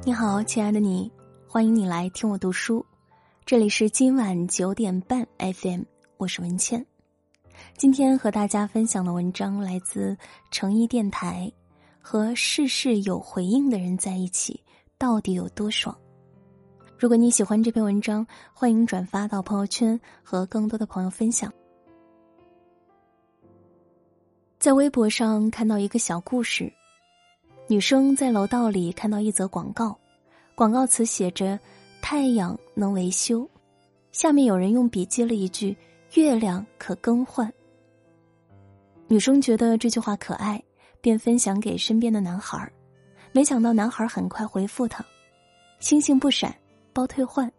你好，亲爱的你，欢迎你来听我读书。这里是今晚9点半 FM， 我是文倩。今天和大家分享的文章来自诚意电台。和事事有回应的人在一起，到底有多爽？如果你喜欢这篇文章，欢迎转发到朋友圈和更多的朋友分享。在微博上看到一个小故事，女生在楼道里看到一则广告，广告词写着太阳能维修，下面有人用笔记了一句月亮可更换。女生觉得这句话可爱，便分享给身边的男孩，没想到男孩很快回复她，星星不闪，包退换。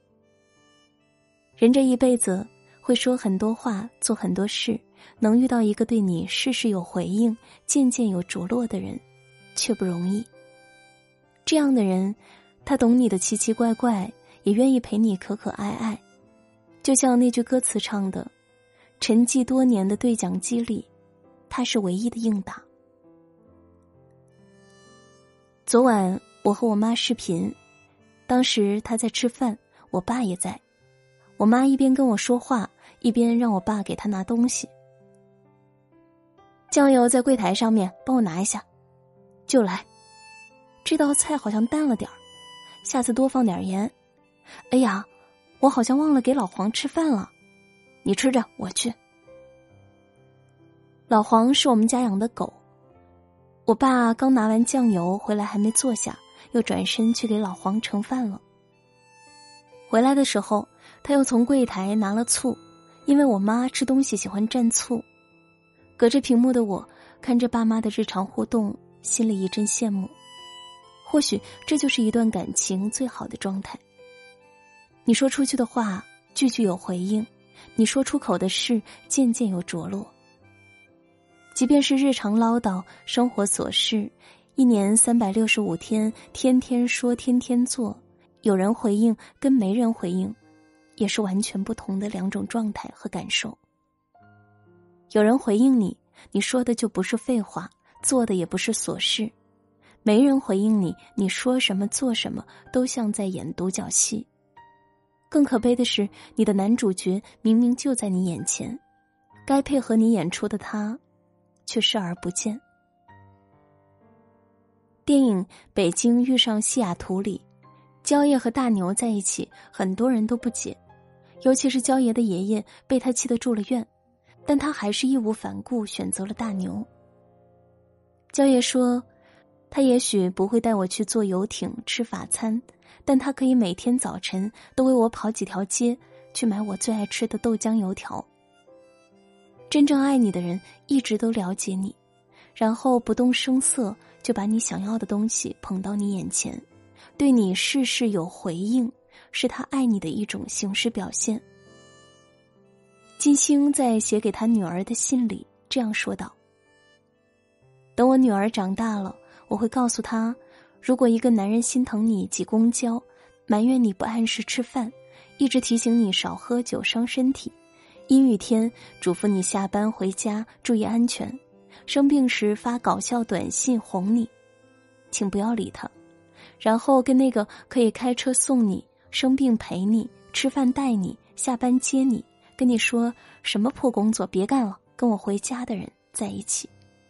人这一辈子会说很多话，做很多事，能遇到一个对你事事有回应，渐渐有着落的人却不容易。这样的人，他懂你的奇奇怪怪，也愿意陪你可可爱爱。就像那句歌词唱的，沉寂多年的对讲机里，他是唯一的应答。昨晚我和我妈视频，当时她在吃饭，我爸也在。我妈一边跟我说话，一边让我爸给她拿东西。酱油在柜台上面，帮我拿一下。就来。这道菜好像淡了点儿，下次多放点盐。哎呀，我好像忘了给老黄吃饭了。你吃着，我去。老黄是我们家养的狗。我爸刚拿完酱油回来还没坐下，又转身去给老黄盛饭了。回来的时候，他又从柜台拿了醋，因为我妈吃东西喜欢蘸醋。隔着屏幕的我，看着爸妈的日常互动，心里一阵羡慕。或许这就是一段感情最好的状态。你说出去的话，句句有回应；你说出口的事，渐渐有着落。即便是日常唠叨、生活琐事，一年365天，天天说，天天做，有人回应跟没人回应，也是完全不同的两种状态和感受。有人回应你，你说的就不是废话，做的也不是琐事；没人回应你，你说什么做什么都像在演独角戏。更可悲的是，你的男主角明明就在你眼前，该配合你演出的他却视而不见。电影《北京遇上西雅图》里，焦爷和大牛在一起，很多人都不解，尤其是焦爷的爷爷被他气得住了院，但他还是义无反顾选择了大牛。焦爷说，他也许不会带我去坐游艇吃法餐，但他可以每天早晨都为我跑几条街去买我最爱吃的豆浆油条。真正爱你的人一直都了解你，然后不动声色就把你想要的东西捧到你眼前，对你事事有回应，是他爱你的一种形式表现。金星在写给他女儿的信里这样说道，等我女儿长大了，我会告诉她，如果一个男人心疼你挤公交，埋怨你不按时吃饭，一直提醒你少喝酒伤身体，阴雨天嘱咐你下班回家注意安全，生病时发搞笑短信哄你，请不要理他，然后跟那个可以开车送你、生病陪你、吃饭带你、下班接你，跟你说什么破工作别干了，跟我回家的人在一起。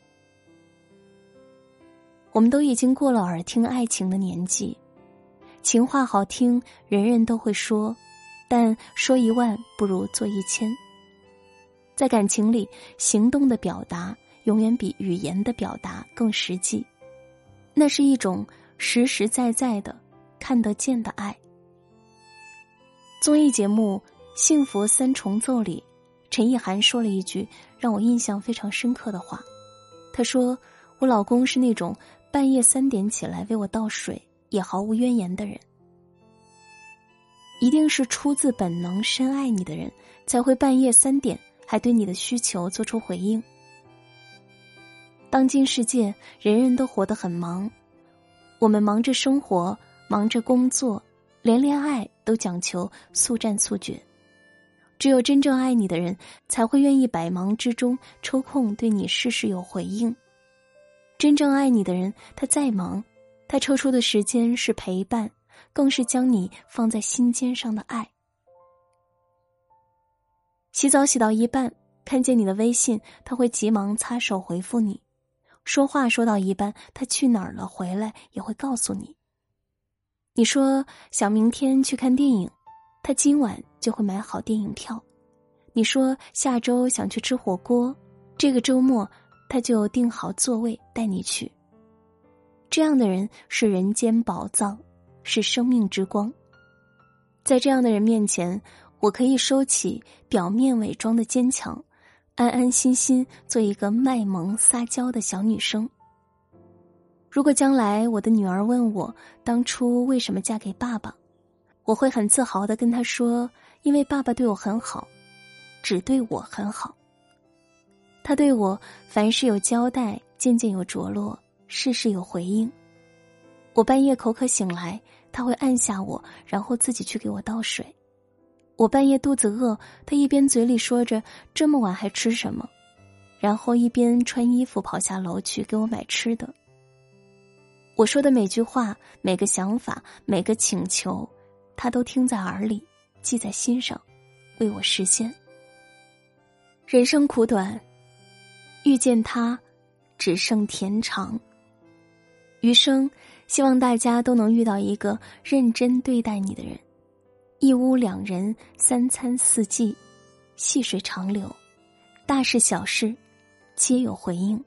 我们都已经过了耳听爱情的年纪，情话好听，人人都会说，但说10000不如做1000。在感情里，行动的表达永远比语言的表达更实际，那是一种实实在在的看得见的爱。综艺节目《幸福三重奏》里，陈意涵说了一句让我印象非常深刻的话。她说，我老公是那种半夜3点起来为我倒水也毫无怨言的人。一定是出自本能深爱你的人，才会半夜3点还对你的需求做出回应。当今世界，人人都活得很忙，我们忙着生活，忙着工作，连恋爱都讲求速战速决。只有真正爱你的人，才会愿意百忙之中抽空对你事事有回应。真正爱你的人，他再忙他抽出的时间是陪伴，更是将你放在心尖上的爱。洗澡洗到一半，看见你的微信，他会急忙擦手回复你。说话说到一半，他去哪儿了回来也会告诉你。你说想明天去看电影，他今晚就会买好电影票。你说下周想去吃火锅，这个周末他就订好座位带你去。这样的人是人间宝藏，是生命之光。在这样的人面前，我可以收起表面伪装的坚强，安安心心做一个卖萌撒娇的小女生。如果将来我的女儿问我当初为什么嫁给爸爸，我会很自豪地跟她说，因为爸爸对我很好，只对我很好。他对我凡事有交代，件件有着落，事事有回应。我半夜口渴醒来，他会按下我，然后自己去给我倒水。我半夜肚子饿，他一边嘴里说着这么晚还吃什么，然后一边穿衣服跑下楼去给我买吃的。我说的每句话，每个想法，每个请求，他都听在耳里，记在心上，为我实现。人生苦短，遇见他只剩甜长。余生希望大家都能遇到一个认真对待你的人，一屋两人，三餐四季，细水长流，大事小事皆有回应。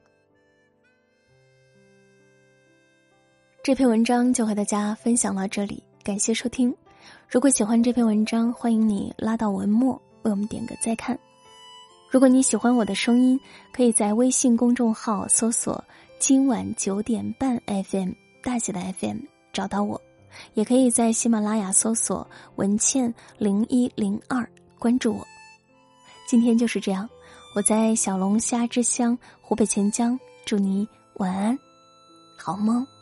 这篇文章就和大家分享到这里，感谢收听。如果喜欢这篇文章，欢迎你拉到文末为我们点个再看。如果你喜欢我的声音，可以在微信公众号搜索今晚9点半 FM 大写的 FM 找到我，也可以在喜马拉雅搜索文倩0102关注我。今天就是这样，我在小龙虾之乡湖北潜江，祝你晚安，好梦。